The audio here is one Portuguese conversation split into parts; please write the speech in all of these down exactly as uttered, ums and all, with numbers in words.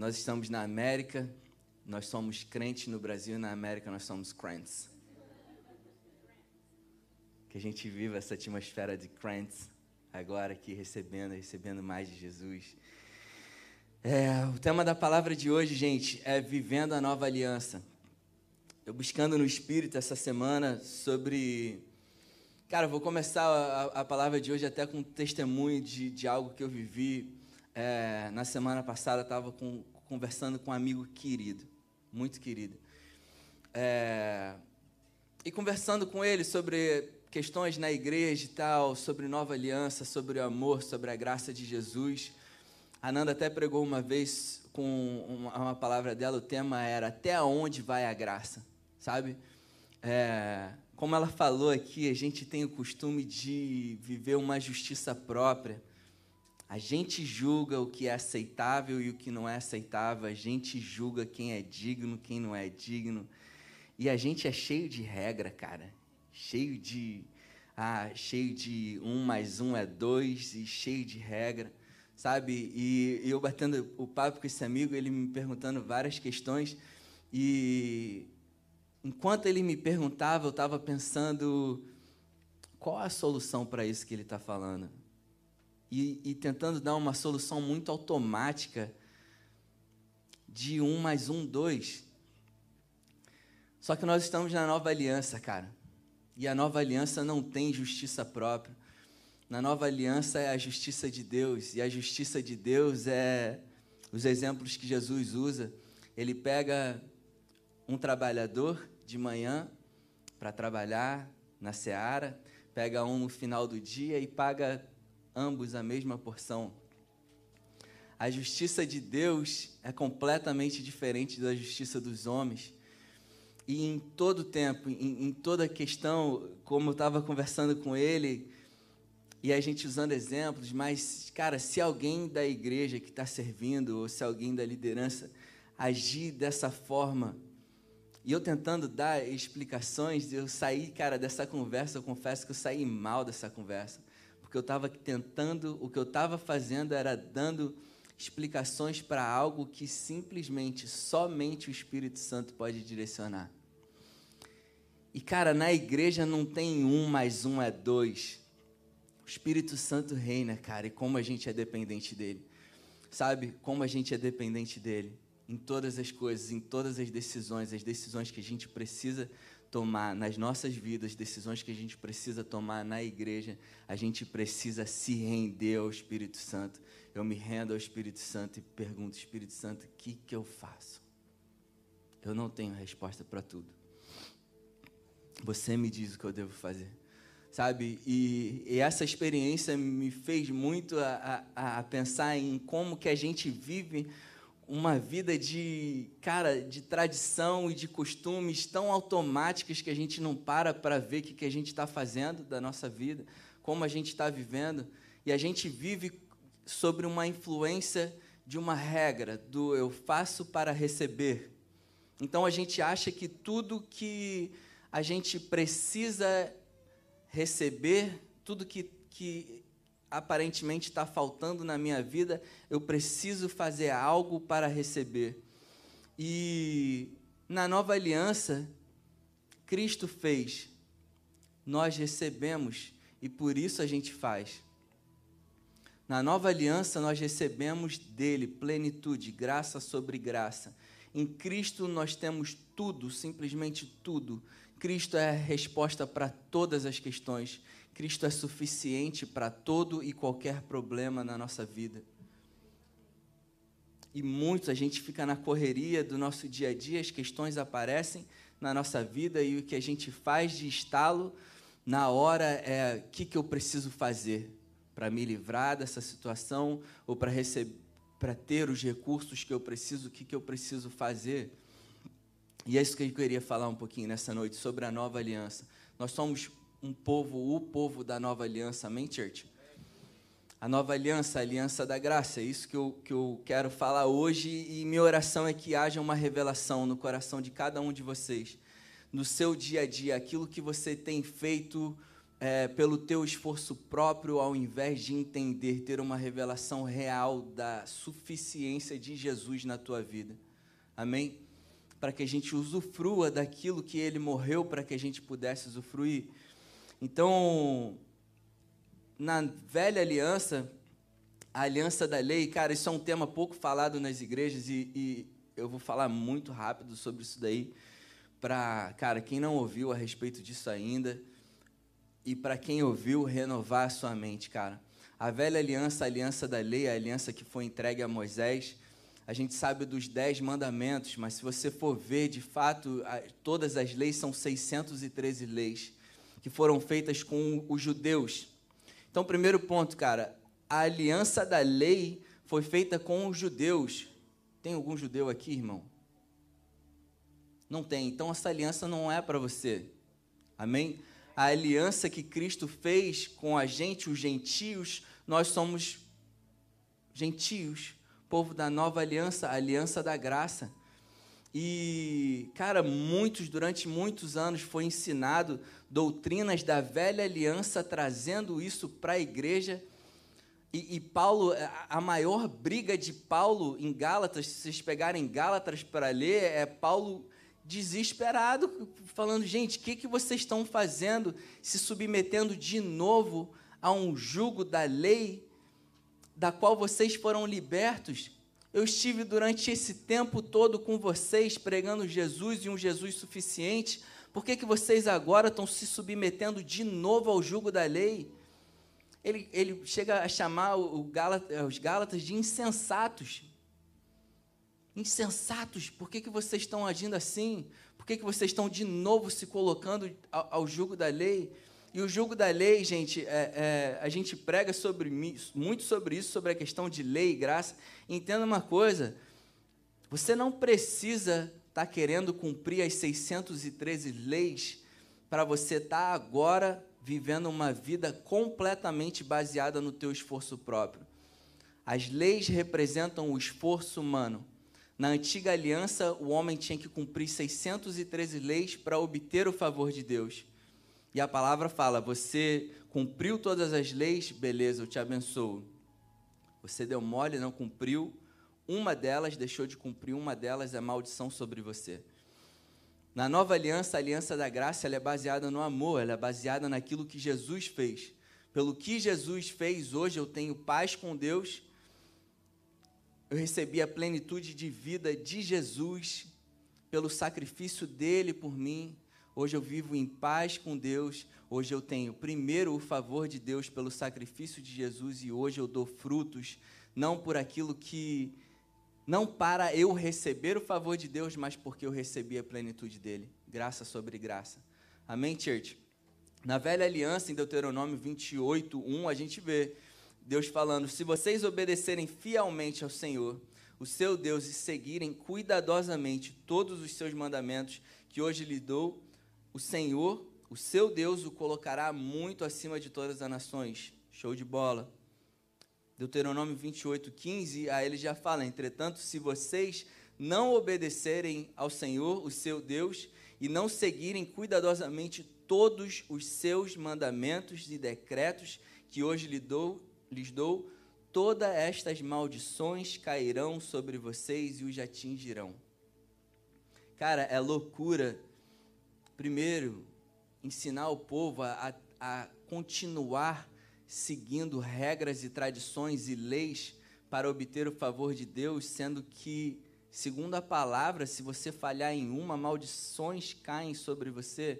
Nós estamos na América, nós somos crentes no Brasil, e na América nós somos crentes. Que a gente viva essa atmosfera de crentes agora aqui, recebendo, recebendo mais de Jesus. É, o tema da palavra de hoje, gente, é vivendo a nova aliança. Eu buscando no Espírito essa semana sobre... Cara, eu vou começar a, a palavra de hoje até com um testemunho de, de algo que eu vivi. É, na semana passada, eu estava com, conversando com um amigo querido, muito querido. É, e conversando com ele sobre questões na igreja e tal, sobre nova aliança, sobre o amor, sobre a graça de Jesus. A Nanda até pregou uma vez com uma, uma palavra dela, o tema era até onde vai a graça, sabe? É, como ela falou aqui, a gente tem o costume de viver uma justiça própria. A gente julga o que é aceitável e o que não é aceitável, a gente julga quem é digno, quem não é digno. E a gente é cheio de regra, cara, cheio de, ah, cheio de um mais um é dois e cheio de regra, sabe? E, e eu batendo o papo com esse amigo, ele me perguntando várias questões e... Enquanto ele me perguntava, eu estava pensando qual a solução para isso que ele está falando. E, e tentando dar uma solução muito automática de um mais um, dois. Só que nós estamos na nova aliança, cara. E a nova aliança não tem justiça própria. Na nova aliança é a justiça de Deus. E a justiça de Deus é os exemplos que Jesus usa. Ele pega um trabalhador de manhã para trabalhar na seara, pega um no final do dia e paga ambos a mesma porção. A justiça de Deus é completamente diferente da justiça dos homens. E em todo tempo, em, em toda questão, como eu estava conversando com ele, e a gente usando exemplos, mas, cara, se alguém da igreja que está servindo, ou se alguém da liderança agir dessa forma, e eu tentando dar explicações, eu saí, cara, dessa conversa, eu confesso que eu saí mal dessa conversa, porque eu estava tentando, o que eu estava fazendo era dando explicações para algo que simplesmente, somente o Espírito Santo pode direcionar. E, cara, na igreja não tem um mais um é dois. O Espírito Santo reina, cara, e como a gente é dependente dele. Sabe? Como a gente é dependente dele. Em todas as coisas, em todas as decisões, as decisões que a gente precisa tomar nas nossas vidas, decisões que a gente precisa tomar na igreja, a gente precisa se render ao Espírito Santo. Eu me rendo ao Espírito Santo e pergunto, Espírito Santo, o que que eu faço? Eu não tenho resposta para tudo. Você me diz o que eu devo fazer, sabe? E, e essa experiência me fez muito a, a, a pensar em como que a gente vive uma vida de, cara, de tradição e de costumes tão automáticos que a gente não para para ver o que, que a gente está fazendo da nossa vida, como a gente está vivendo, e a gente vive sobre uma influência de uma regra, do eu faço para receber. Então, a gente acha que tudo que a gente precisa receber, tudo que... que aparentemente está faltando na minha vida, eu preciso fazer algo para receber. E na nova aliança, Cristo fez, nós recebemos e por isso a gente faz. Na nova aliança, nós recebemos dele plenitude, graça sobre graça. Em Cristo nós temos tudo, simplesmente tudo. Cristo é a resposta para todas as questões. Cristo é suficiente para todo e qualquer problema na nossa vida. E muito, a gente fica na correria do nosso dia a dia, as questões aparecem na nossa vida e o que a gente faz de estalo na hora é o que, que eu preciso fazer para me livrar dessa situação ou para receber, para ter os recursos que eu preciso, o que, que eu preciso fazer. E é isso que eu queria falar um pouquinho nessa noite, sobre a nova aliança. Nós somos um povo, o povo da nova aliança, amém, church? A nova aliança, a aliança da graça, é isso que eu, que eu quero falar hoje, e minha oração é que haja uma revelação no coração de cada um de vocês, no seu dia a dia, aquilo que você tem feito é, pelo teu esforço próprio, ao invés de entender, ter uma revelação real da suficiência de Jesus na tua vida. Amém? Para que a gente usufrua daquilo que Ele morreu, para que a gente pudesse usufruir. Então, na velha aliança, a aliança da lei, cara, isso é um tema pouco falado nas igrejas e, e eu vou falar muito rápido sobre isso daí, para, cara, quem não ouviu a respeito disso ainda, e para quem ouviu, renovar a sua mente, cara. A velha aliança, a aliança da lei, a aliança que foi entregue a Moisés, a gente sabe dos dez mandamentos, mas se você for ver, de fato, a, todas as leis são seiscentas e treze leis, que foram feitas com os judeus. Então, primeiro ponto, cara, a aliança da lei foi feita com os judeus. Tem algum judeu aqui, irmão? Não tem. Então, essa aliança não é para você. Amém? A aliança que Cristo fez com a gente, os gentios, nós somos gentios, povo da nova aliança, a aliança da graça. E, cara, muitos, durante muitos anos foi ensinado doutrinas da velha aliança, trazendo isso para a igreja. E, e Paulo, a maior briga de Paulo em Gálatas, se vocês pegarem Gálatas para ler, é Paulo desesperado, falando, gente, o que, que vocês estão fazendo, se submetendo de novo a um jugo da lei, da qual vocês foram libertos? Eu estive durante esse tempo todo com vocês, pregando Jesus e um Jesus suficiente, por que, que vocês agora estão se submetendo de novo ao jugo da lei? Ele, ele chega a chamar o Gálata, os Gálatas de insensatos. Insensatos, por que, que vocês estão agindo assim? Por que, que vocês estão de novo se colocando ao, ao jugo da lei? E o jugo da lei, gente, é, é, a gente prega sobre, muito sobre isso, sobre a questão de lei e graça. Entenda uma coisa, você não precisa estar querendo cumprir as seiscentas e treze leis para você estar agora vivendo uma vida completamente baseada no teu esforço próprio. As leis representam o esforço humano. Na antiga aliança, o homem tinha que cumprir seiscentas e treze leis para obter o favor de Deus. E a palavra fala, você cumpriu todas as leis, beleza, eu te abençoo. Você deu mole, não cumpriu uma delas, deixou de cumprir uma delas, é maldição sobre você. Na nova aliança, a aliança da graça, ela é baseada no amor, ela é baseada naquilo que Jesus fez. Pelo que Jesus fez, hoje eu tenho paz com Deus, eu recebi a plenitude de vida de Jesus, pelo sacrifício dele por mim. Hoje eu vivo em paz com Deus, hoje eu tenho primeiro o favor de Deus pelo sacrifício de Jesus e hoje eu dou frutos, não por aquilo que, não para eu receber o favor de Deus, mas porque eu recebi a plenitude dele, graça sobre graça. Amém, church? Na velha aliança, em Deuteronômio vinte e oito, um, a gente vê Deus falando, se vocês obedecerem fielmente ao Senhor, o seu Deus, e seguirem cuidadosamente todos os seus mandamentos que hoje lhe dou, o Senhor, o seu Deus, o colocará muito acima de todas as nações. Show de bola. Deuteronômio vinte e oito, quinze, aí ele já fala, entretanto, se vocês não obedecerem ao Senhor, o seu Deus, e não seguirem cuidadosamente todos os seus mandamentos e decretos que hoje lhe dou, lhes dou, todas estas maldições cairão sobre vocês e os atingirão. Cara, é loucura. Primeiro, ensinar o povo a, a continuar seguindo regras e tradições e leis para obter o favor de Deus, sendo que, segundo a palavra, se você falhar em uma, maldições caem sobre você.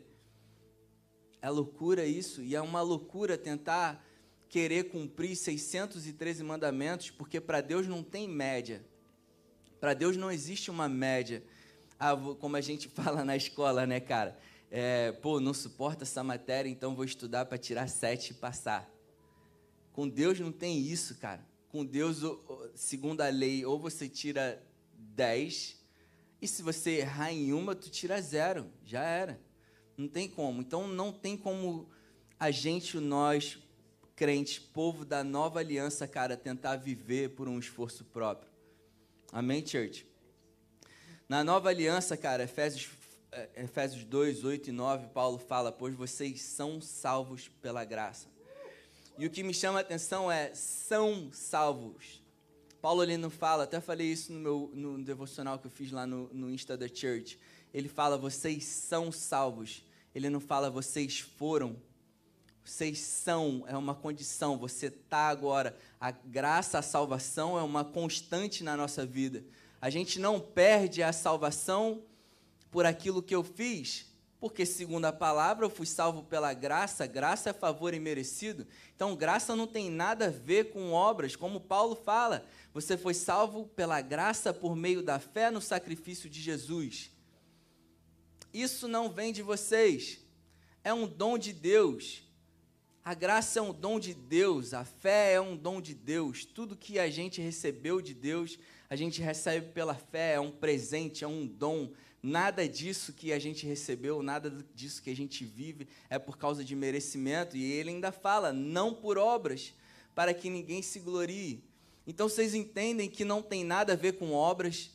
É loucura isso, e é uma loucura tentar querer cumprir seiscentos e treze mandamentos, porque para Deus não tem média. Para Deus não existe uma média. Ah, vou, como a gente fala na escola, né, cara? É, pô, não suporta essa matéria, então vou estudar para tirar sete e passar. Com Deus não tem isso, cara. Com Deus, segundo a lei, ou você tira dez, e se você errar em uma, tu tira zero. Já era. Não tem como. Então, não tem como a gente, nós, crentes, povo da nova aliança, cara, tentar viver por um esforço próprio. Amém, church? Na nova aliança, cara, Efésios Efésios dois, oito e nove, Paulo fala, pois vocês são salvos pela graça. E o que me chama a atenção é, são salvos. Paulo ali não fala, até falei isso no meu no devocional que eu fiz lá no, no Insta da Church. Ele fala, vocês são salvos. Ele não fala, vocês foram. Vocês são, é uma condição, você está agora. A graça, a salvação é uma constante na nossa vida. A gente não perde a salvação por aquilo que eu fiz, porque segundo a palavra eu fui salvo pela graça, graça é favor imerecido. Então graça não tem nada a ver com obras, como Paulo fala. Você foi salvo pela graça por meio da fé no sacrifício de Jesus. Isso não vem de vocês, é um dom de Deus. A graça é um dom de Deus, a fé é um dom de Deus. Tudo que a gente recebeu de Deus, a gente recebe pela fé, é um presente, é um dom. Nada disso que a gente recebeu, nada disso que a gente vive é por causa de merecimento. E ele ainda fala, não por obras, para que ninguém se glorie. Então vocês entendem que não tem nada a ver com obras.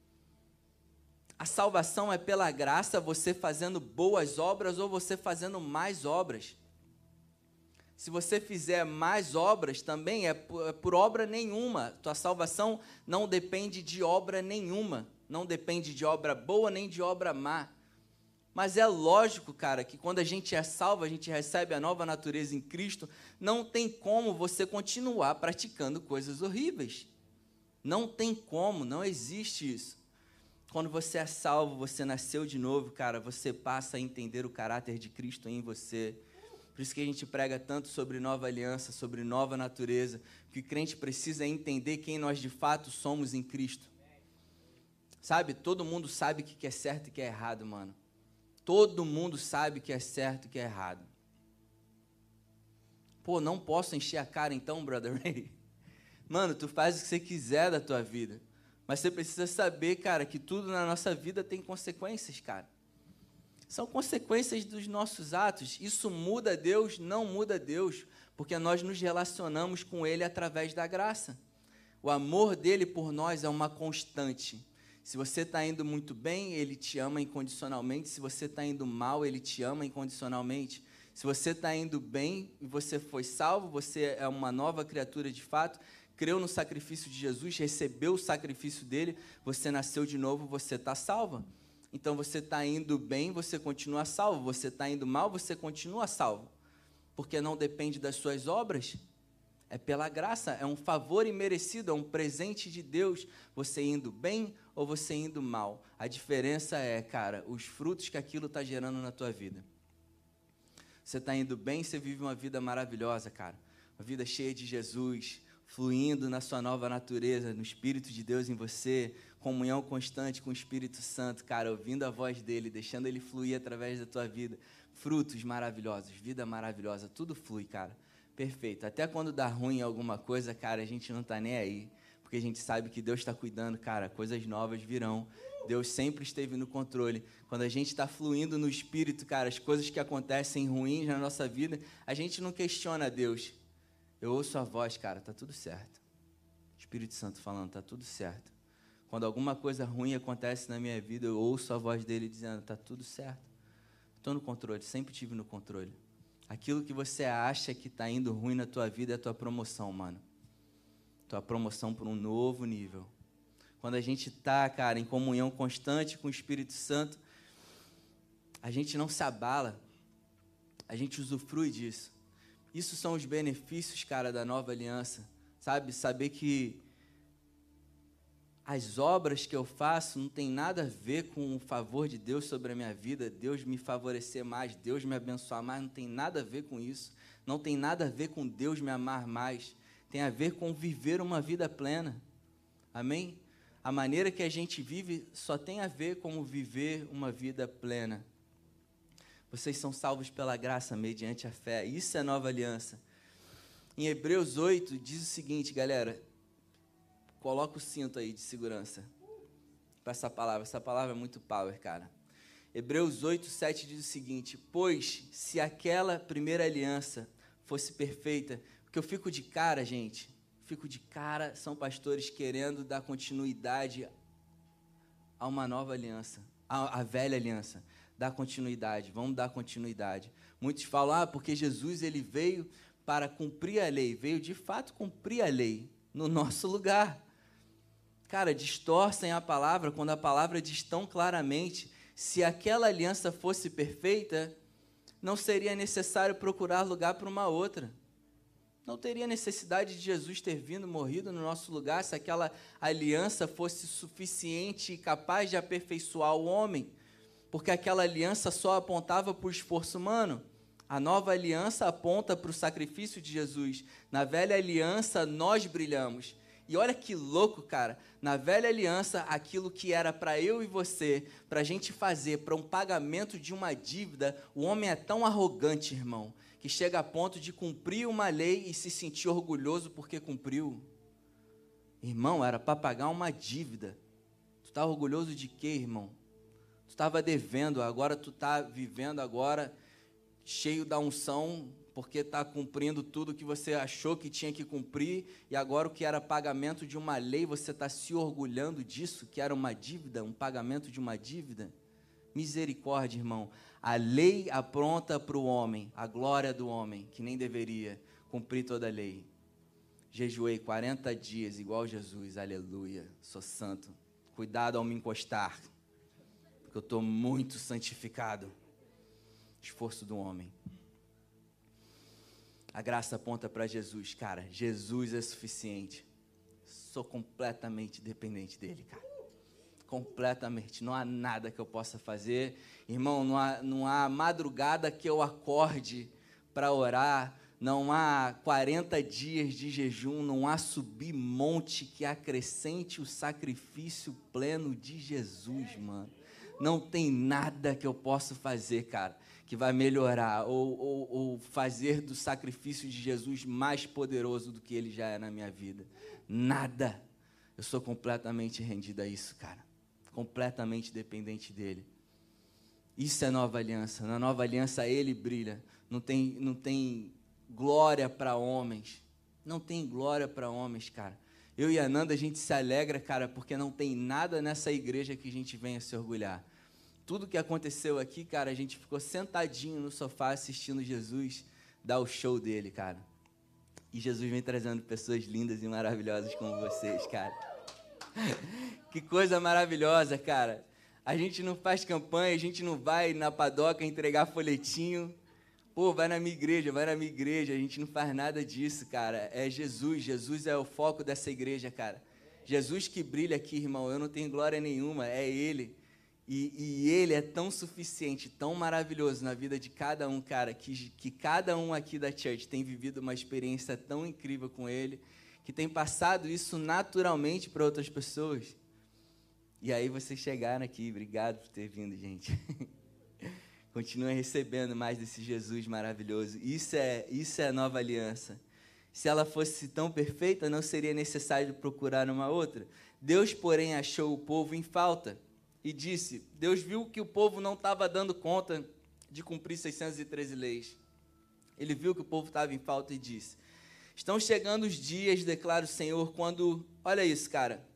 A salvação é pela graça, você fazendo boas obras ou você fazendo mais obras. Se você fizer mais obras, também é por, é por obra nenhuma. Tua salvação não depende de obra nenhuma. Não depende de obra boa nem de obra má. Mas é lógico, cara, que quando a gente é salvo, a gente recebe a nova natureza em Cristo, não tem como você continuar praticando coisas horríveis. Não tem como, não existe isso. Quando você é salvo, você nasceu de novo, cara, você passa a entender o caráter de Cristo em você. Por isso que a gente prega tanto sobre nova aliança, sobre nova natureza. O que o crente precisa é entender quem nós de fato somos em Cristo. Sabe, todo mundo sabe o que é certo e o que é errado, mano. Todo mundo sabe o que é certo e o que é errado. Pô, não posso encher a cara então, brother Ray? Mano, tu faz o que você quiser da tua vida. Mas você precisa saber, cara, que tudo na nossa vida tem consequências, cara. São consequências dos nossos atos. Isso muda Deus? Não muda Deus, porque nós nos relacionamos com Ele através da graça. O amor dele por nós é uma constante. Se você está indo muito bem, Ele te ama incondicionalmente. Se você está indo mal, Ele te ama incondicionalmente. Se você está indo bem e você foi salvo, você é uma nova criatura de fato, creu no sacrifício de Jesus, recebeu o sacrifício dele, você nasceu de novo, você está salvo. Então, você está indo bem, você continua salvo. Você está indo mal, você continua salvo. Porque não depende das suas obras. É pela graça, é um favor imerecido, é um presente de Deus. Você indo bem ou você indo mal. A diferença é, cara, os frutos que aquilo está gerando na tua vida. Você está indo bem, você vive uma vida maravilhosa, cara. Uma vida cheia de Jesus, fluindo na sua nova natureza, no Espírito de Deus em você, comunhão constante com o Espírito Santo, cara, ouvindo a voz dele, deixando ele fluir através da tua vida. Frutos maravilhosos, vida maravilhosa, tudo flui, cara. Perfeito. Até quando dá ruim em alguma coisa, cara, a gente não está nem aí, porque a gente sabe que Deus está cuidando, cara, coisas novas virão. Deus sempre esteve no controle. Quando a gente está fluindo no Espírito, cara, as coisas que acontecem ruins na nossa vida, a gente não questiona Deus. Eu ouço a voz, cara, tá tudo certo. Espírito Santo falando, tá tudo certo. Quando alguma coisa ruim acontece na minha vida, eu ouço a voz dele dizendo, tá tudo certo. Estou no controle, sempre tive no controle. Aquilo que você acha que está indo ruim na tua vida é a tua promoção, mano. Tua promoção para um novo nível. Quando a gente está, cara, em comunhão constante com o Espírito Santo, a gente não se abala, a gente usufrui disso. Isso são os benefícios, cara, da nova aliança, sabe? Saber que as obras que eu faço não tem nada a ver com o favor de Deus sobre a minha vida, Deus me favorecer mais, Deus me abençoar mais, não tem nada a ver com isso. Não tem nada a ver com Deus me amar mais. Tem a ver com viver uma vida plena. Amém? A maneira que a gente vive só tem a ver com viver uma vida plena. Vocês são salvos pela graça, mediante a fé. Isso é nova aliança. Em Hebreus oito, diz o seguinte, galera. Coloca o cinto aí de segurança para essa palavra. Essa palavra é muito power, cara. Hebreus oito, sete diz o seguinte. Pois, se aquela primeira aliança fosse perfeita... Porque eu fico de cara, gente. Fico de cara, são pastores querendo dar continuidade a uma nova aliança. a, a velha aliança. Dá continuidade, vamos dar continuidade. Muitos falam, ah, porque Jesus ele veio para cumprir a lei, veio de fato cumprir a lei no nosso lugar. Cara, distorcem a palavra quando a palavra diz tão claramente, se aquela aliança fosse perfeita, não seria necessário procurar lugar para uma outra. Não teria necessidade de Jesus ter vindo, morrido no nosso lugar, se aquela aliança fosse suficiente e capaz de aperfeiçoar o homem, porque aquela aliança só apontava para o esforço humano. A nova aliança aponta para o sacrifício de Jesus. Na velha aliança, nós brilhamos. E olha que louco, cara. Na velha aliança, aquilo que era para eu e você, para a gente fazer, para um pagamento de uma dívida, o homem é tão arrogante, irmão, que chega a ponto de cumprir uma lei e se sentir orgulhoso porque cumpriu. Irmão, era para pagar uma dívida. Tu está orgulhoso de quê, irmão? Tu estava devendo, agora tu está vivendo agora cheio da unção, porque está cumprindo tudo que você achou que tinha que cumprir, e agora o que era pagamento de uma lei, você está se orgulhando disso, que era uma dívida, um pagamento de uma dívida? Misericórdia, irmão. A lei apronta para o homem, a glória do homem, que nem deveria cumprir toda a lei. Jejuei quarenta dias, igual Jesus, aleluia, sou santo. Cuidado ao me encostar, porque eu estou muito santificado. Esforço do homem. A graça aponta para Jesus, cara. Jesus é suficiente. Sou completamente dependente dele, cara. Completamente. Não há nada que eu possa fazer. Irmão, não há, não há madrugada que eu acorde para orar. Não há quarenta dias de jejum. Não há subir monte que acrescente o sacrifício pleno de Jesus, mano. Não tem nada que eu possa fazer, cara, que vai melhorar ou, ou, ou fazer do sacrifício de Jesus mais poderoso do que ele já é na minha vida. Nada. Eu sou completamente rendido a isso, cara. Completamente dependente dele. Isso é nova aliança. Na nova aliança ele brilha. Não tem, não tem glória para homens. Não tem glória para homens, cara. Eu e a Nanda, a gente se alegra, cara, porque não tem nada nessa igreja que a gente venha se orgulhar. Tudo que aconteceu aqui, cara, a gente ficou sentadinho no sofá assistindo Jesus dar o show dele, cara. E Jesus vem trazendo pessoas lindas e maravilhosas como vocês, cara. Que coisa maravilhosa, cara. A gente não faz campanha, a gente não vai na padoca entregar folhetinho. Pô, vai na minha igreja, vai na minha igreja. A gente não faz nada disso, cara. É Jesus, Jesus é o foco dessa igreja, cara. Jesus que brilha aqui, irmão, eu não tenho glória nenhuma, é Ele. E, e Ele é tão suficiente, tão maravilhoso na vida de cada um, cara, que, que cada um aqui da church tem vivido uma experiência tão incrível com Ele, que tem passado isso naturalmente para outras pessoas. E aí vocês chegaram aqui, obrigado por ter vindo, gente. Continuem recebendo mais desse Jesus maravilhoso. Isso é, isso é a nova aliança. Se ela fosse tão perfeita, não seria necessário procurar uma outra. Deus, porém, achou o povo em falta e disse, Deus viu que o povo não estava dando conta de cumprir seiscentas e treze leis. Ele viu que o povo estava em falta e disse, estão chegando os dias, declara o Senhor, quando, olha isso, cara,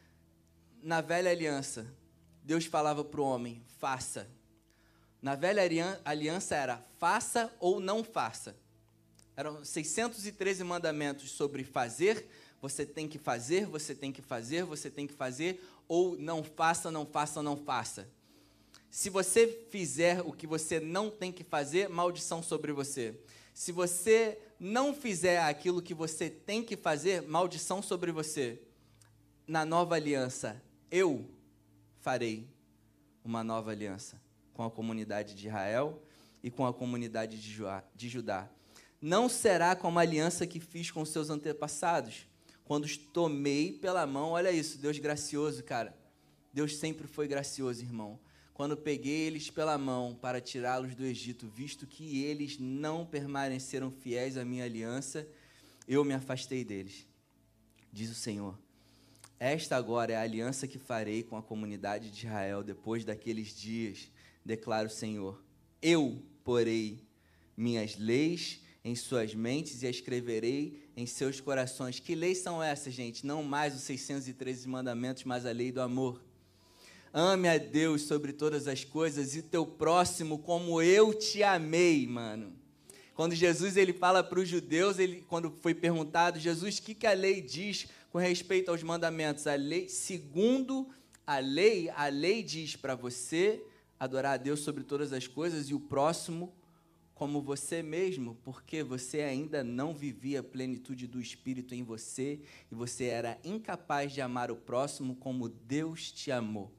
na velha aliança, Deus falava para o homem, faça. Na velha aliança era, faça ou não faça. Eram seiscentos e treze mandamentos sobre fazer, você tem que fazer, você tem que fazer, você tem que fazer, ou não faça, não faça, não faça. Se você fizer o que você não tem que fazer, maldição sobre você. Se você não fizer aquilo que você tem que fazer, maldição sobre você. Na nova aliança, eu farei uma nova aliança com a comunidade de Israel e com a comunidade de Judá. Não será como a aliança que fiz com seus antepassados, quando os tomei pela mão. Olha isso, Deus gracioso, cara. Deus sempre foi gracioso, irmão. Quando peguei eles pela mão para tirá-los do Egito, visto que eles não permaneceram fiéis à minha aliança, eu me afastei deles. Diz o Senhor. Esta agora é a aliança que farei com a comunidade de Israel depois daqueles dias, declara o Senhor. Eu porei minhas leis em suas mentes e a escreverei em seus corações. Que leis são essas, gente? Não mais os seiscentos e treze mandamentos, mas a lei do amor. Ame a Deus sobre todas as coisas e teu próximo como eu te amei, mano. Quando Jesus ele fala para os judeus, ele, quando foi perguntado, Jesus, o que, que a lei diz com respeito aos mandamentos? A lei, segundo a lei, a lei diz para você adorar a Deus sobre todas as coisas e o próximo como você mesmo, porque você ainda não vivia a plenitude do Espírito em você e você era incapaz de amar o próximo como Deus te amou.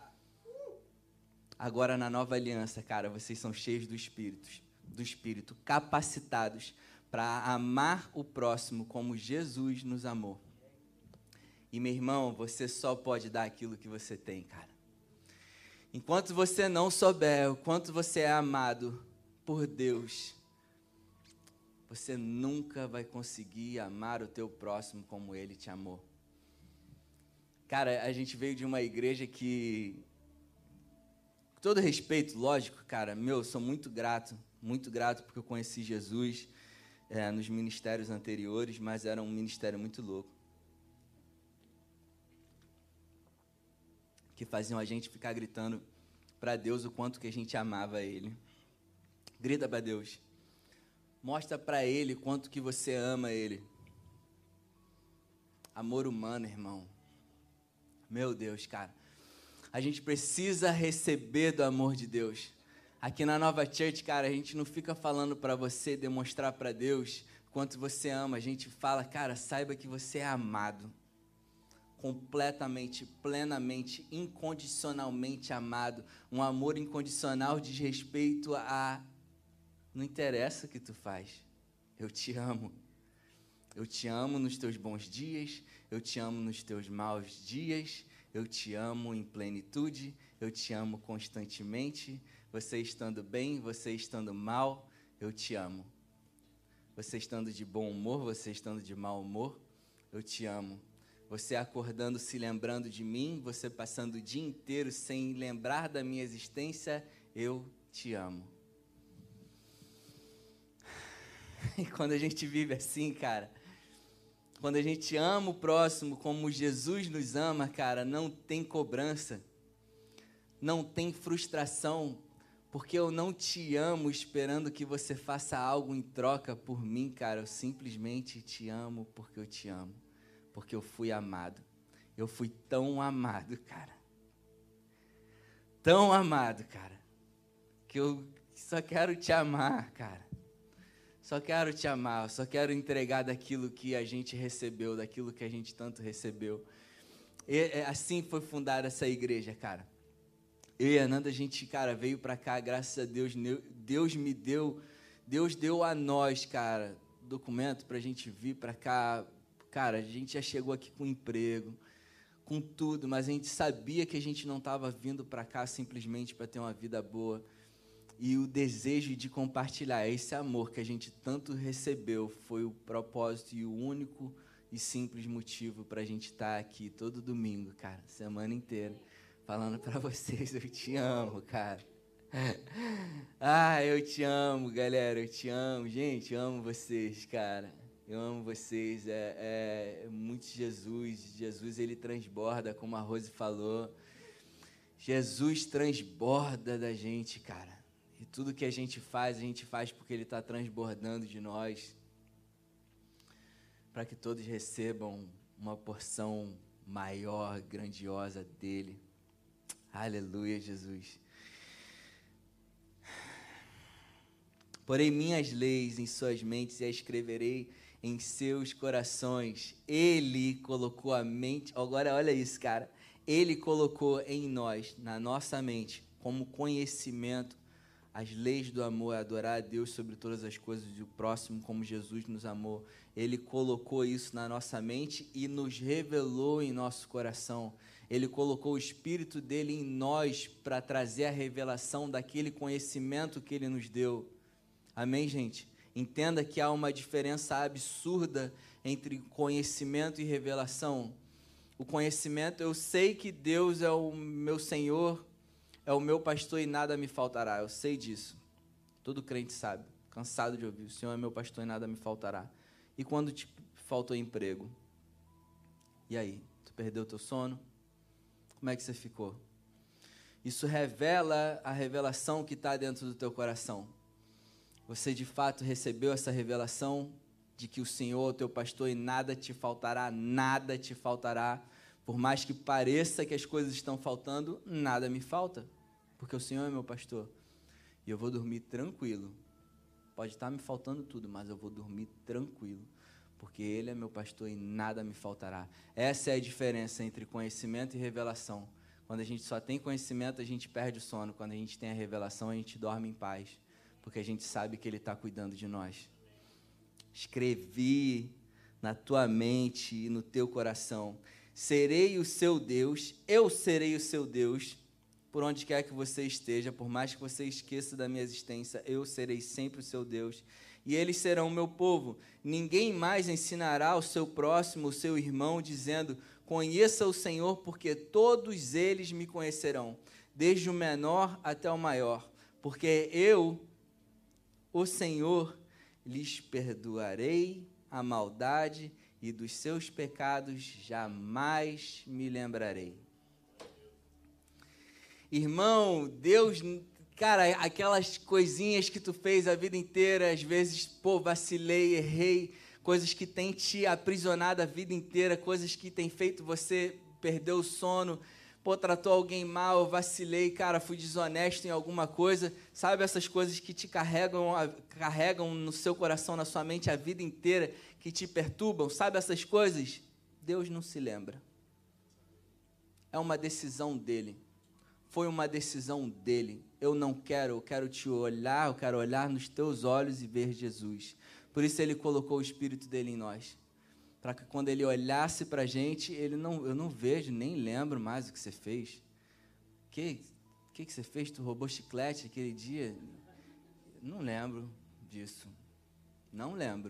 Agora, na nova aliança, cara, vocês são cheios do Espírito, do Espírito, capacitados para amar o próximo como Jesus nos amou. E, meu irmão, você só pode dar aquilo que você tem, cara. Enquanto você não souber o quanto você é amado por Deus, você nunca vai conseguir amar o teu próximo como Ele te amou. Cara, a gente veio de uma igreja que... Com todo respeito, lógico, cara, meu, sou muito grato, muito grato porque eu conheci Jesus é, nos ministérios anteriores, mas era um ministério muito louco, que faziam a gente ficar gritando para Deus o quanto que a gente amava Ele. Grita para Deus, mostra para Ele quanto que você ama Ele. Amor humano, irmão, meu Deus, cara. A gente precisa receber do amor de Deus. Aqui na Nova Church, cara, a gente não fica falando para você demonstrar para Deus quanto você ama. A gente fala, cara, saiba que você é amado. Completamente, plenamente, incondicionalmente amado. Um amor incondicional diz respeito a... Não interessa o que tu faz. Eu te amo. Eu te amo nos teus bons dias. Eu te amo nos teus maus dias. Eu te amo em plenitude, eu te amo constantemente, você estando bem, você estando mal, eu te amo. Você estando de bom humor, você estando de mau humor, eu te amo. Você acordando, se lembrando de mim, você passando o dia inteiro sem lembrar da minha existência, eu te amo. E quando a gente vive assim, cara... Quando a gente ama o próximo como Jesus nos ama, cara, não tem cobrança, não tem frustração, porque eu não te amo esperando que você faça algo em troca por mim, cara. Eu simplesmente te amo porque eu te amo, porque eu fui amado. Eu fui tão amado, cara. Tão amado, cara, que eu só quero te amar, cara. Só quero te amar, só quero entregar daquilo que a gente recebeu, daquilo que a gente tanto recebeu. E, assim foi fundada essa igreja, cara. Eu e a Ananda, a gente, cara, veio pra cá, graças a Deus, Deus me deu, Deus deu a nós, cara, documento pra gente vir pra cá. Cara, a gente já chegou aqui com emprego, com tudo, mas a gente sabia que a gente não estava vindo pra cá simplesmente para ter uma vida boa. E o desejo de compartilhar esse amor que a gente tanto recebeu foi o propósito e o único e simples motivo para a gente estar aqui todo domingo, cara, semana inteira, falando para vocês, eu te amo, cara. Ah, eu te amo, galera, eu te amo. Gente, eu amo vocês, cara. Eu amo vocês. É, é muito Jesus. Jesus, ele transborda, como a Rose falou. Jesus transborda da gente, cara. E tudo que a gente faz, a gente faz porque Ele está transbordando de nós, para que todos recebam uma porção maior, grandiosa dEle. Aleluia, Jesus. Porém, minhas leis em suas mentes e as escreverei em seus corações. Ele colocou a mente... Agora, olha isso, cara. Ele colocou em nós, na nossa mente, como conhecimento, as leis do amor, adorar a Deus sobre todas as coisas e o próximo como Jesus nos amou. Ele colocou isso na nossa mente e nos revelou em nosso coração. Ele colocou o Espírito dele em nós para trazer a revelação daquele conhecimento que ele nos deu. Amém, gente? Entenda que há uma diferença absurda entre conhecimento e revelação. O conhecimento, eu sei que Deus é o meu Senhor, é o meu pastor e nada me faltará. Eu sei disso. Todo crente sabe. Cansado de ouvir. O Senhor é meu pastor e nada me faltará. E quando te faltou emprego? E aí? Tu perdeu teu sono? Como é que você ficou? Isso revela a revelação que está dentro do teu coração. Você de fato recebeu essa revelação de que o Senhor é o teu pastor e nada te faltará, nada te faltará. Por mais que pareça que as coisas estão faltando, nada me falta, porque o Senhor é meu pastor. E eu vou dormir tranquilo. Pode estar me faltando tudo, mas eu vou dormir tranquilo, porque Ele é meu pastor e nada me faltará. Essa é a diferença entre conhecimento e revelação. Quando a gente só tem conhecimento, a gente perde o sono. Quando a gente tem a revelação, a gente dorme em paz, porque a gente sabe que Ele está cuidando de nós. Escrevi na tua mente e no teu coração: serei o seu Deus, eu serei o seu Deus, por onde quer que você esteja, por mais que você esqueça da minha existência, eu serei sempre o seu Deus, e eles serão o meu povo. Ninguém mais ensinará ao seu próximo, o seu irmão, dizendo: conheça o Senhor, porque todos eles me conhecerão, desde o menor até o maior, porque eu, o Senhor, lhes perdoarei a maldade e dos seus pecados jamais me lembrarei. Irmão, Deus, cara, aquelas coisinhas que tu fez a vida inteira, às vezes, pô, vacilei, errei, coisas que tem te aprisionado a vida inteira, coisas que tem feito você perder o sono, pô, tratou alguém mal, eu vacilei, cara, fui desonesto em alguma coisa, sabe essas coisas que te carregam, carregam no seu coração, na sua mente a vida inteira, que te perturbam, sabe essas coisas? Deus não se lembra. É uma decisão dele. Foi uma decisão dele. Eu não quero, eu quero te olhar, eu quero olhar nos teus olhos e ver Jesus. Por isso ele colocou o Espírito dele em nós. Para que quando ele olhasse para a gente, ele não, eu não vejo, nem lembro mais o que você fez. O que, que, que você fez? Tu roubou chiclete aquele dia? Não lembro disso. Não lembro.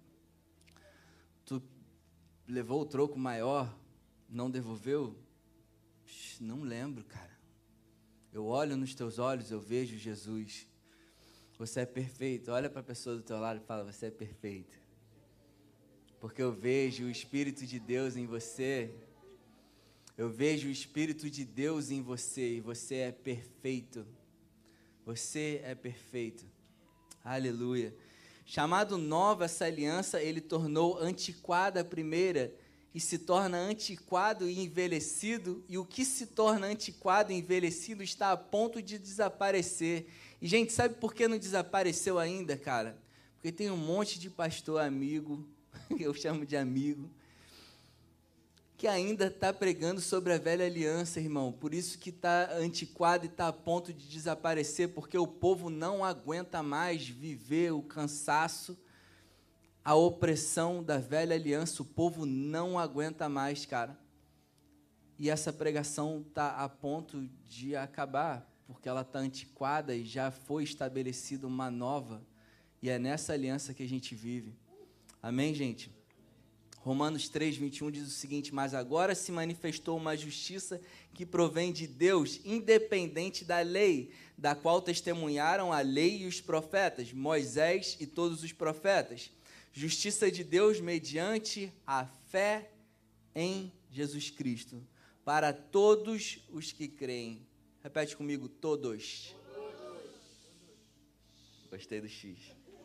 Tu levou o troco maior, não devolveu? Não lembro, cara. Eu olho nos teus olhos, eu vejo Jesus. Você é perfeito. Olha para a pessoa do teu lado e fala: você é perfeito. Porque eu vejo o Espírito de Deus em você. Eu vejo o Espírito de Deus em você e você é perfeito. Você é perfeito. Aleluia. Chamado nova essa aliança, ele tornou antiquada a primeira e se torna antiquado e envelhecido, e o que se torna antiquado e envelhecido está a ponto de desaparecer. E, gente, sabe por que não desapareceu ainda, cara? Porque tem um monte de pastor amigo, eu chamo de amigo, que ainda está pregando sobre a velha aliança, irmão. Por isso que está antiquado e está a ponto de desaparecer, porque o povo não aguenta mais viver o cansaço, a opressão da velha aliança. O povo não aguenta mais, cara. E essa pregação está a ponto de acabar, porque ela está antiquada e já foi estabelecida uma nova. E é nessa aliança que a gente vive. Amém, gente? Romanos três, vinte e um diz o seguinte: mas agora se manifestou uma justiça que provém de Deus, independente da lei, da qual testemunharam a lei e os profetas, Moisés e todos os profetas. Justiça de Deus mediante a fé em Jesus Cristo, para todos os que creem. Repete comigo: todos. Todos. Gostei do X.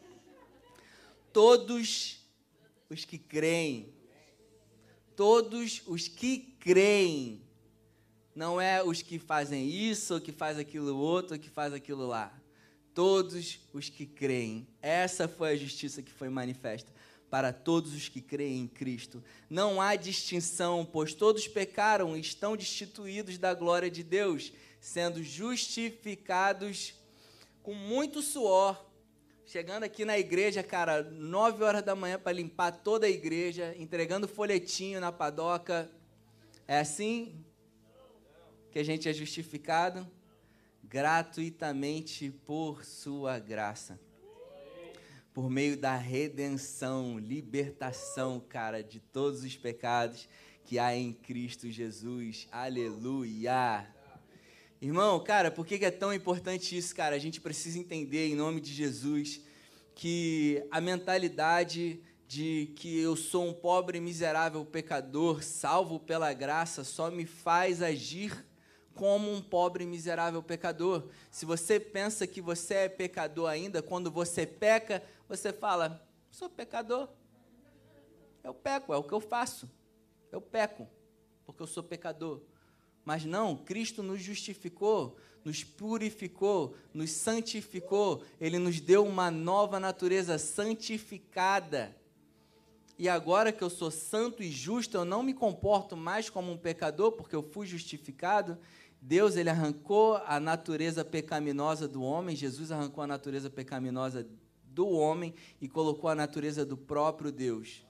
Todos os que creem. Todos os que creem. Não é os que fazem isso, ou que faz aquilo outro, ou que faz aquilo lá. Todos os que creem. Essa foi a justiça que foi manifesta para todos os que creem em Cristo. Não há distinção, pois todos pecaram e estão destituídos da glória de Deus, sendo justificados com muito suor. Chegando aqui na igreja, cara, nove horas da manhã para limpar toda a igreja, entregando folhetinho na padoca. É assim que a gente é justificado? Gratuitamente por sua graça. Por meio da redenção, libertação, cara, de todos os pecados que há em Cristo Jesus. Aleluia! Irmão, cara, por que é tão importante isso, cara? A gente precisa entender, em nome de Jesus, que a mentalidade de que eu sou um pobre, miserável pecador, salvo pela graça, só me faz agir como um pobre e miserável pecador. Se você pensa que você é pecador ainda, quando você peca, você fala, sou pecador. Eu peco, é o que eu faço. Eu peco, porque eu sou pecador. Mas não, Cristo nos justificou, nos purificou, nos santificou. Ele nos deu uma nova natureza santificada. E agora que eu sou santo e justo, eu não me comporto mais como um pecador, porque eu fui justificado. Deus, ele arrancou a natureza pecaminosa do homem, Jesus arrancou a natureza pecaminosa do homem e colocou a natureza do próprio Deus.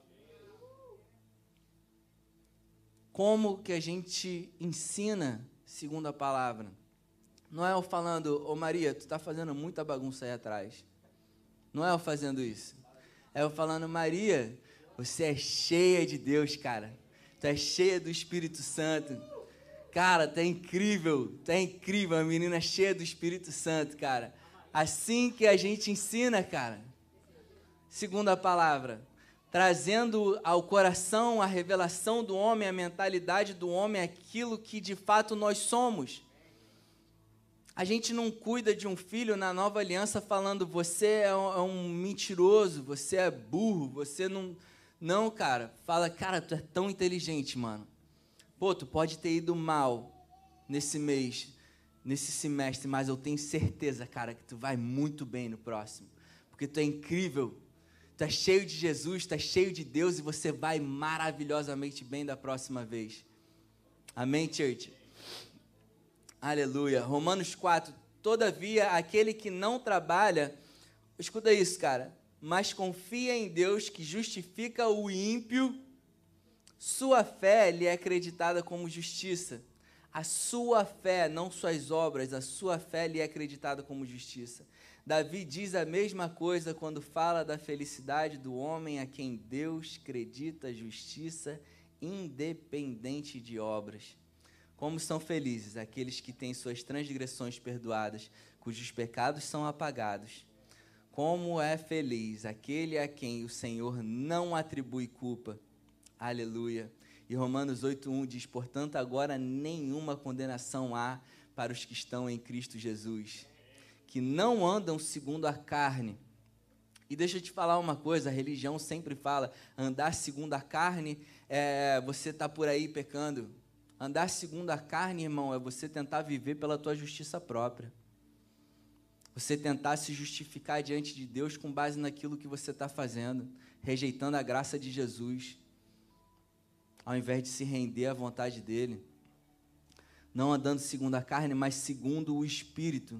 Como que a gente ensina segundo a palavra? Não é eu falando, ô Maria, tu está fazendo muita bagunça aí atrás. Não é eu fazendo isso. É eu falando, Maria, você é cheia de Deus, cara. Tu é cheia do Espírito Santo. Cara, tá incrível, tá incrível, a menina cheia do Espírito Santo, cara. Assim que a gente ensina, cara. Segundo a palavra. Trazendo ao coração a revelação do homem, a mentalidade do homem, aquilo que de fato nós somos. A gente não cuida de um filho na nova aliança falando, você é um, é um mentiroso, você é burro, você não... Não, cara, fala, cara, tu é tão inteligente, mano. Pô, tu pode ter ido mal nesse mês, nesse semestre, mas eu tenho certeza, cara, que tu vai muito bem no próximo. Porque tu é incrível. Tu é cheio de Jesus, tu é cheio de Deus e você vai maravilhosamente bem da próxima vez. Amém, church? Aleluia. Romanos quatro. Todavia, aquele que não trabalha, escuta isso, cara, mas confia em Deus que justifica o ímpio, sua fé lhe é acreditada como justiça. A sua fé, não suas obras, a sua fé lhe é acreditada como justiça. Davi diz a mesma coisa quando fala da felicidade do homem a quem Deus acredita justiça independente de obras. Como são felizes aqueles que têm suas transgressões perdoadas, cujos pecados são apagados. Como é feliz aquele a quem o Senhor não atribui culpa. Aleluia. E Romanos oito, um diz, portanto, agora nenhuma condenação há para os que estão em Cristo Jesus, que não andam segundo a carne. E deixa eu te falar uma coisa, a religião sempre fala, andar segundo a carne, é, você está por aí pecando. Andar segundo a carne, irmão, é você tentar viver pela tua justiça própria. Você tentar se justificar diante de Deus com base naquilo que você está fazendo, rejeitando a graça de Jesus, ao invés de se render à vontade dEle. Não andando segundo a carne, mas segundo o Espírito.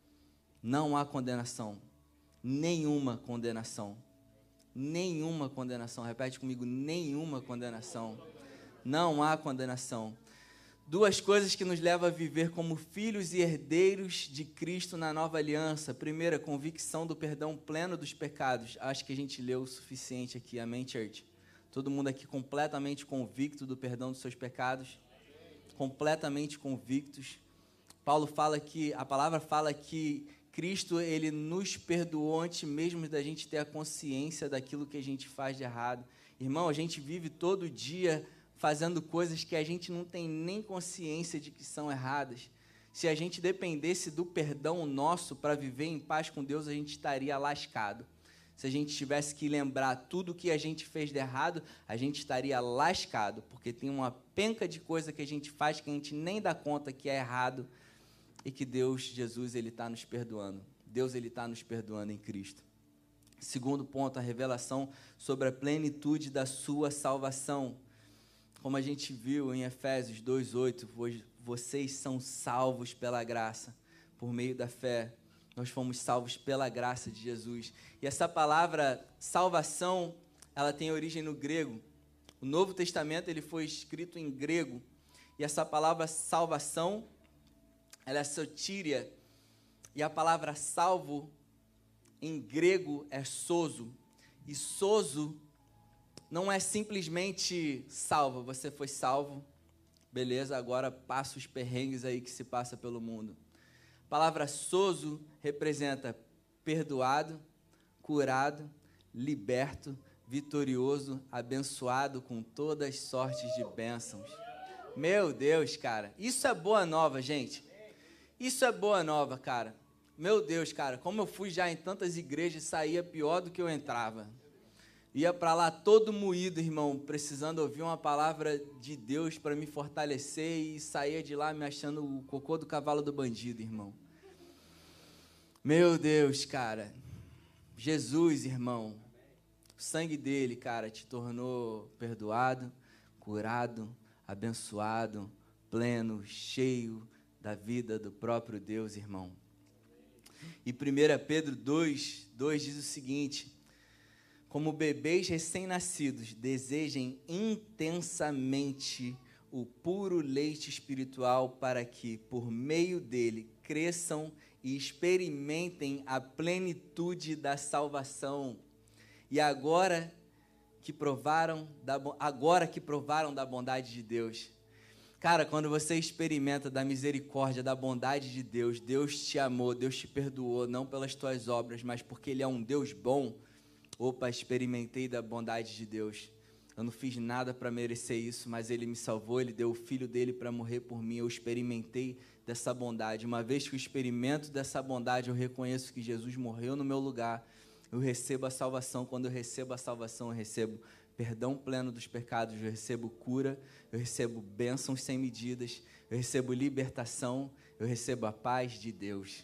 Não há condenação. Nenhuma condenação. Nenhuma condenação. Repete comigo, nenhuma condenação. Não há condenação. Duas coisas que nos levam a viver como filhos e herdeiros de Cristo na nova aliança. Primeira, convicção do perdão pleno dos pecados. Acho que a gente leu o suficiente aqui. Amém, church? Todo mundo aqui completamente convicto do perdão dos seus pecados. Completamente convictos. Paulo fala que, a palavra fala que Cristo, ele nos perdoou antes mesmo da gente ter a consciência daquilo que a gente faz de errado. Irmão, a gente vive todo dia fazendo coisas que a gente não tem nem consciência de que são erradas. Se a gente dependesse do perdão nosso para viver em paz com Deus, a gente estaria lascado. Se a gente tivesse que lembrar tudo que a gente fez de errado, a gente estaria lascado, porque tem uma penca de coisa que a gente faz que a gente nem dá conta que é errado e que Deus, Jesus, ele está nos perdoando. Deus, ele está nos perdoando em Cristo. Segundo ponto, a revelação sobre a plenitude da sua salvação. Como a gente viu em Efésios dois, oito, vocês são salvos pela graça, por meio da fé. Nós fomos salvos pela graça de Jesus. E essa palavra salvação, ela tem origem no grego. O Novo Testamento, ele foi escrito em grego. E essa palavra salvação, ela é sotíria. E a palavra salvo, em grego, é sozo. E sozo não é simplesmente salvo. Você foi salvo, beleza, agora passa os perrengues aí que se passa pelo mundo. A palavra sozo representa perdoado, curado, liberto, vitorioso, abençoado com todas as sortes de bênçãos. Meu Deus, cara. Isso é boa nova, gente. Isso é boa nova, cara. Meu Deus, cara. Como eu fui já em tantas igrejas, saía pior do que eu entrava. Ia para lá todo moído, irmão, precisando ouvir uma palavra de Deus para me fortalecer e saía de lá me achando o cocô do cavalo do bandido, irmão. Meu Deus, cara. Jesus, irmão. O sangue dele, cara, te tornou perdoado, curado, abençoado, pleno, cheio da vida do próprio Deus, irmão. E primeira Pedro dois, dois diz o seguinte: como bebês recém-nascidos, desejem intensamente o puro leite espiritual para que, por meio dele, cresçam e experimentem a plenitude da salvação. E agora que provaram da, agora que provaram da bondade de Deus. Cara, quando você experimenta da misericórdia, da bondade de Deus, Deus te amou, Deus te perdoou, não pelas tuas obras, mas porque Ele é um Deus bom. Opa, experimentei da bondade de Deus. Eu não fiz nada para merecer isso, mas Ele me salvou, Ele deu o Filho dEle para morrer por mim. Eu experimentei dessa bondade. Uma vez que eu experimento dessa bondade, eu reconheço que Jesus morreu no meu lugar. Eu recebo a salvação. Quando eu recebo a salvação, eu recebo perdão pleno dos pecados, eu recebo cura, eu recebo bênçãos sem medidas, eu recebo libertação, eu recebo a paz de Deus.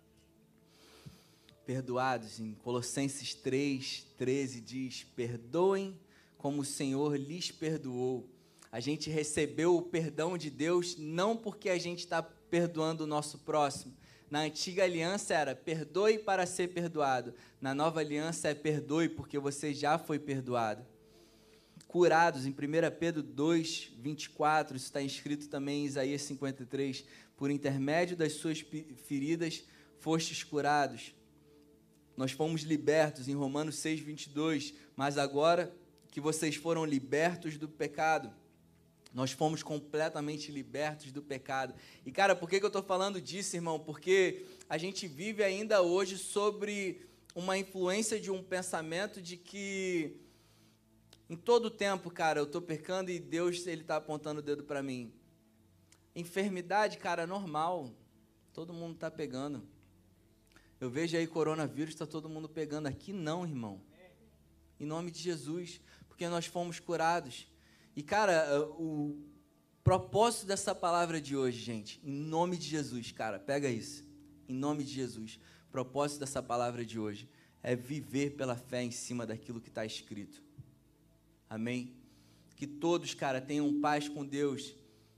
Perdoados, em Colossenses três, treze diz: perdoem como o Senhor lhes perdoou. A gente recebeu o perdão de Deus não porque a gente está perdoando o nosso próximo. Na antiga aliança era perdoe para ser perdoado. Na nova aliança é perdoe porque você já foi perdoado. Curados, em primeira Pedro dois, vinte e quatro, isso está escrito também em Isaías cinquenta e três, por intermédio das suas feridas fostes curados. Nós fomos libertos em Romanos seis, vinte e dois, mas agora que vocês foram libertos do pecado, nós fomos completamente libertos do pecado. E cara, por que que eu estou falando disso, irmão? Porque a gente vive ainda hoje sobre uma influência de um pensamento de que em todo tempo, cara, eu estou pecando e Deus, Ele está apontando o dedo para mim. Enfermidade, cara, normal. Todo mundo está pegando. Eu vejo aí coronavírus, está todo mundo pegando. Aqui não, irmão. Em nome de Jesus, porque nós fomos curados. E, cara, o propósito dessa palavra de hoje, gente, em nome de Jesus, cara, pega isso. Em nome de Jesus, o propósito dessa palavra de hoje é viver pela fé em cima daquilo que está escrito. Amém? Que todos, cara, tenham paz com Deus.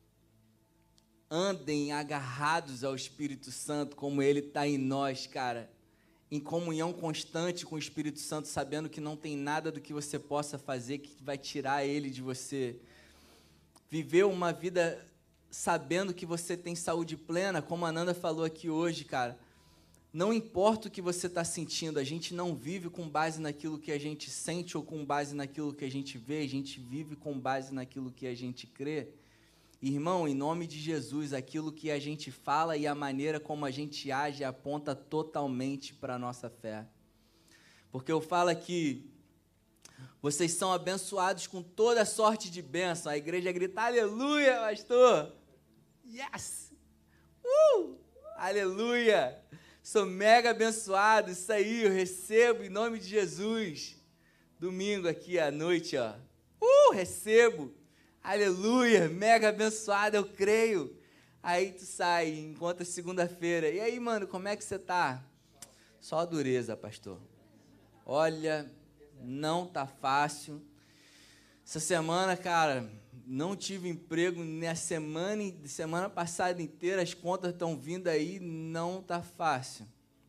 Andem agarrados ao Espírito Santo, como Ele está em nós, cara. Em comunhão constante com o Espírito Santo, sabendo que não tem nada do que você possa fazer que vai tirar Ele de você. Viver uma vida sabendo que você tem saúde plena, como a Nanda falou aqui hoje, cara. Não importa o que você está sentindo, a gente não vive com base naquilo que a gente sente ou com base naquilo que a gente vê, a gente vive com base naquilo que a gente crê. Irmão, em nome de Jesus, aquilo que a gente fala e a maneira como a gente age aponta totalmente para a nossa fé. Porque eu falo aqui, vocês são abençoados com toda sorte de bênção. A igreja grita, aleluia, pastor. Yes! Uh! Aleluia! Sou mega abençoado, isso aí, eu recebo em nome de Jesus. Domingo aqui à noite, ó. Uh, recebo. Aleluia, mega abençoado, eu creio. Aí tu sai, encontra segunda-feira. E aí, mano, como é que você tá? Só dureza, pastor. Olha, não tá fácil. Essa semana, cara, não tive emprego na semana, semana passada inteira, as contas estão vindo aí, não tá fácil.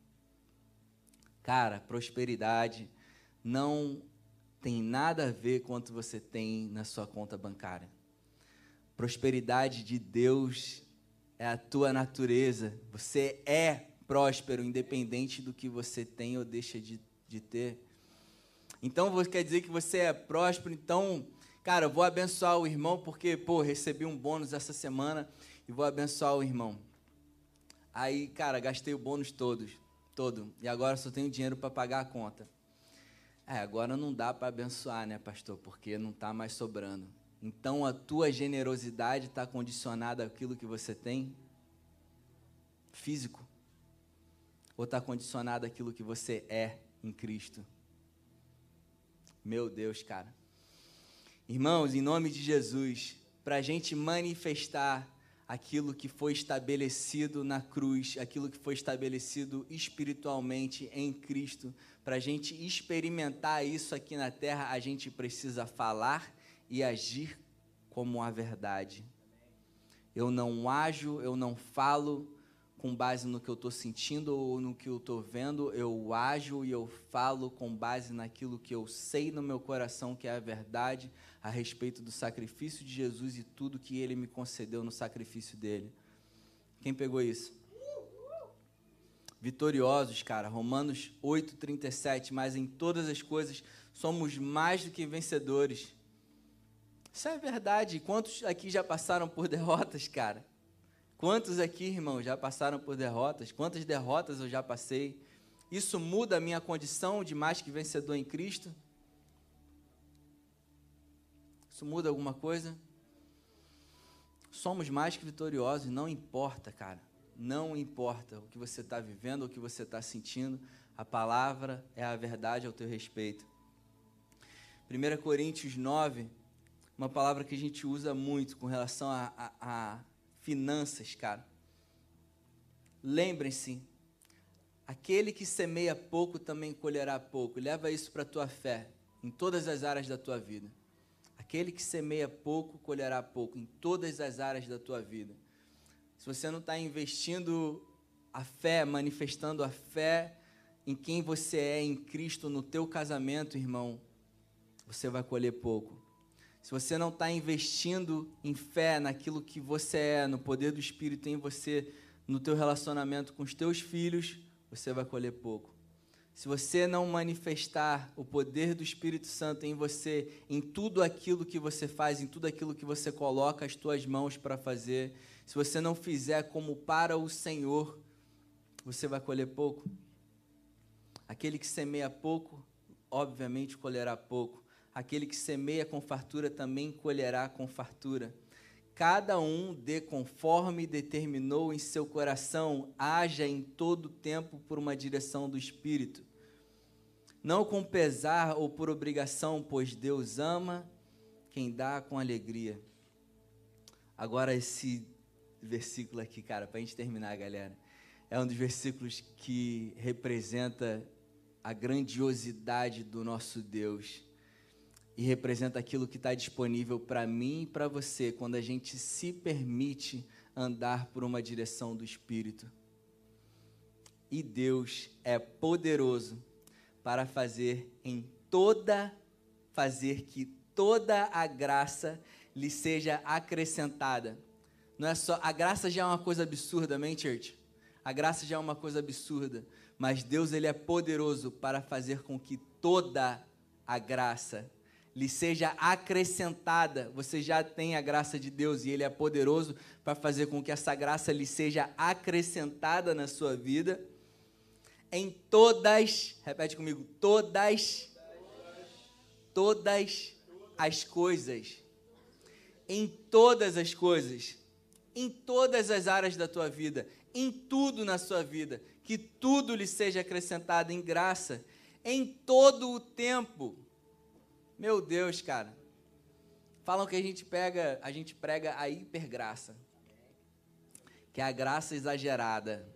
Cara, prosperidade não tem nada a ver com quanto você tem na sua conta bancária. Prosperidade de Deus é a tua natureza. Você é próspero, independente do que você tem ou deixa de, de ter. Então, quer dizer que você é próspero, então, cara, eu vou abençoar o irmão, porque, pô, recebi um bônus essa semana e vou abençoar o irmão. Aí, cara, gastei o bônus todo, todo, e agora só tenho dinheiro para pagar a conta. É, agora não dá para abençoar, né, pastor, porque não está mais sobrando. então a tua generosidade está condicionada àquilo que você tem físico? Ou está condicionada àquilo que você é em Cristo? Meu Deus, cara. Irmãos, em nome de Jesus, para a gente manifestar aquilo que foi estabelecido na cruz, aquilo que foi estabelecido espiritualmente em Cristo, para a gente experimentar isso aqui na terra, a gente precisa falar e agir como a verdade. Eu não ajo, eu não falo com base no que eu estou sentindo ou no que eu estou vendo, eu ajo e eu falo com base naquilo que eu sei no meu coração que é a verdade a respeito do sacrifício de Jesus e tudo que Ele me concedeu no sacrifício dEle. Quem pegou isso? Vitoriosos, cara, Romanos oito, trinta e sete, mas em todas as coisas somos mais do que vencedores. Isso é verdade. Quantos aqui já passaram por derrotas, cara? Quantos aqui, irmão, já passaram por derrotas? Quantas derrotas eu já passei? Isso muda a minha condição de mais que vencedor em Cristo? Isso muda alguma coisa? Somos mais que vitoriosos, não importa, cara. Não importa o que você está vivendo, o que você está sentindo. A palavra é a verdade ao teu respeito. primeira Coríntios nove, uma palavra que a gente usa muito com relação a... a, a finanças, cara. Lembrem-se, aquele que semeia pouco também colherá pouco. Leva isso para a tua fé, em todas as áreas da tua vida. Aquele que semeia pouco, colherá pouco, em todas as áreas da tua vida. Se você não está investindo a fé, manifestando a fé em quem você é em Cristo, no teu casamento, irmão, você vai colher pouco. Se você não está investindo em fé naquilo que você é, no poder do Espírito em você, no teu relacionamento com os teus filhos, você vai colher pouco. Se você não manifestar o poder do Espírito Santo em você, em tudo aquilo que você faz, em tudo aquilo que você coloca as tuas mãos para fazer, se você não fizer como para o Senhor, você vai colher pouco. Aquele que semeia pouco, obviamente colherá pouco. Aquele que semeia com fartura também colherá com fartura. Cada um dê conforme determinou em seu coração, haja em todo tempo por uma direção do Espírito. Não com pesar ou por obrigação, pois Deus ama quem dá com alegria. Agora esse versículo aqui, cara, para a gente terminar, galera, é um dos versículos que representa a grandiosidade do nosso Deus. E representa aquilo que está disponível para mim e para você, quando a gente se permite andar por uma direção do Espírito. E Deus é poderoso para fazer em toda, fazer que toda a graça lhe seja acrescentada. Não é só, a graça já é uma coisa absurda, amém, church? A graça já é uma coisa absurda, mas Deus, Ele é poderoso para fazer com que toda a graça lhe seja acrescentada. Você já tem a graça de Deus e Ele é poderoso para fazer com que essa graça lhe seja acrescentada na sua vida. Em todas, repete comigo, todas, todas as coisas. Em todas as coisas. Em todas as áreas da tua vida. Em tudo na sua vida. Que tudo lhe seja acrescentado em graça. Em todo o tempo. Meu Deus, cara. Falam que a gente pega, a gente prega a hipergraça, que é a graça exagerada.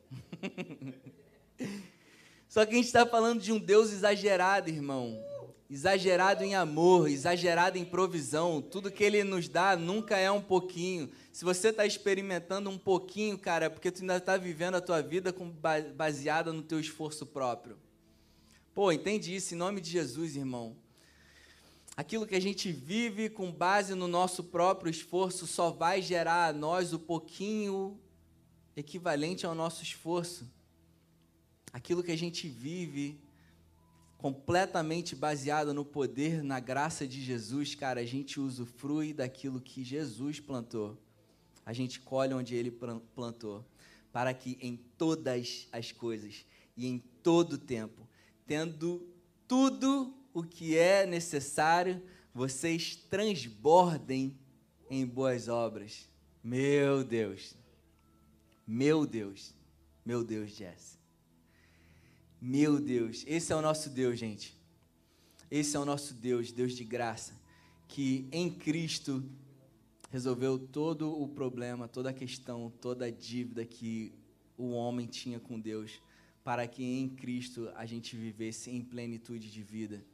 Só que a gente está falando de um Deus exagerado, irmão. Exagerado em amor, exagerado em provisão. Tudo que Ele nos dá nunca é um pouquinho. Se você está experimentando um pouquinho, cara, é porque tu ainda está vivendo a tua vida com, baseada no teu esforço próprio. Pô, entende isso? Em nome de Jesus, irmão. Aquilo que a gente vive com base no nosso próprio esforço só vai gerar a nós o pouquinho equivalente ao nosso esforço. Aquilo que a gente vive completamente baseado no poder, na graça de Jesus, cara, a gente usufrui daquilo que Jesus plantou. A gente colhe onde Ele plantou, para que em todas as coisas e em todo o tempo, tendo tudo o que é necessário, vocês transbordem em boas obras. Meu Deus, meu Deus, meu Deus, Jess. Meu Deus, esse é o nosso Deus, gente. Esse é o nosso Deus, Deus de graça, que em Cristo resolveu todo o problema, toda a questão, toda a dívida que o homem tinha com Deus, para que em Cristo a gente vivesse em plenitude de vida.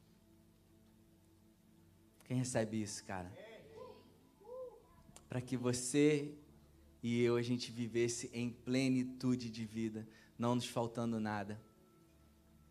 Quem recebe isso, cara? Para que você e eu, a gente vivesse em plenitude de vida, não nos faltando nada.